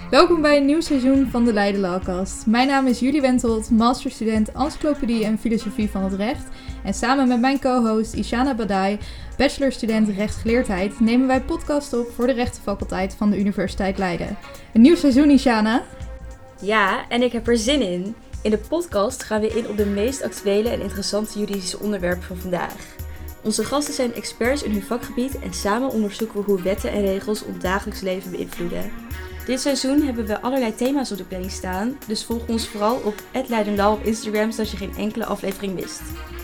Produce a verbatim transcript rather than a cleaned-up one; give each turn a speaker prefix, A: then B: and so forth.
A: Welkom bij een nieuw seizoen van de Leiden Lawcast. Mijn naam is Julie Wentold, masterstudent Encyclopedie en Filosofie van het Recht. En samen met mijn co-host Ishana Badai, bachelorstudent Rechtsgeleerdheid, nemen wij podcast op voor de rechtenfaculteit van de Universiteit Leiden. Een nieuw seizoen, Ishana.
B: Ja, en ik heb er zin in. In de podcast gaan we in op de meest actuele en interessante juridische onderwerpen van vandaag. Onze gasten zijn experts in hun vakgebied en samen onderzoeken we hoe wetten en regels ons dagelijks leven beïnvloeden. Dit seizoen hebben we allerlei thema's op de planning staan, dus volg ons vooral op at Leiden Law op Instagram zodat je geen enkele aflevering mist.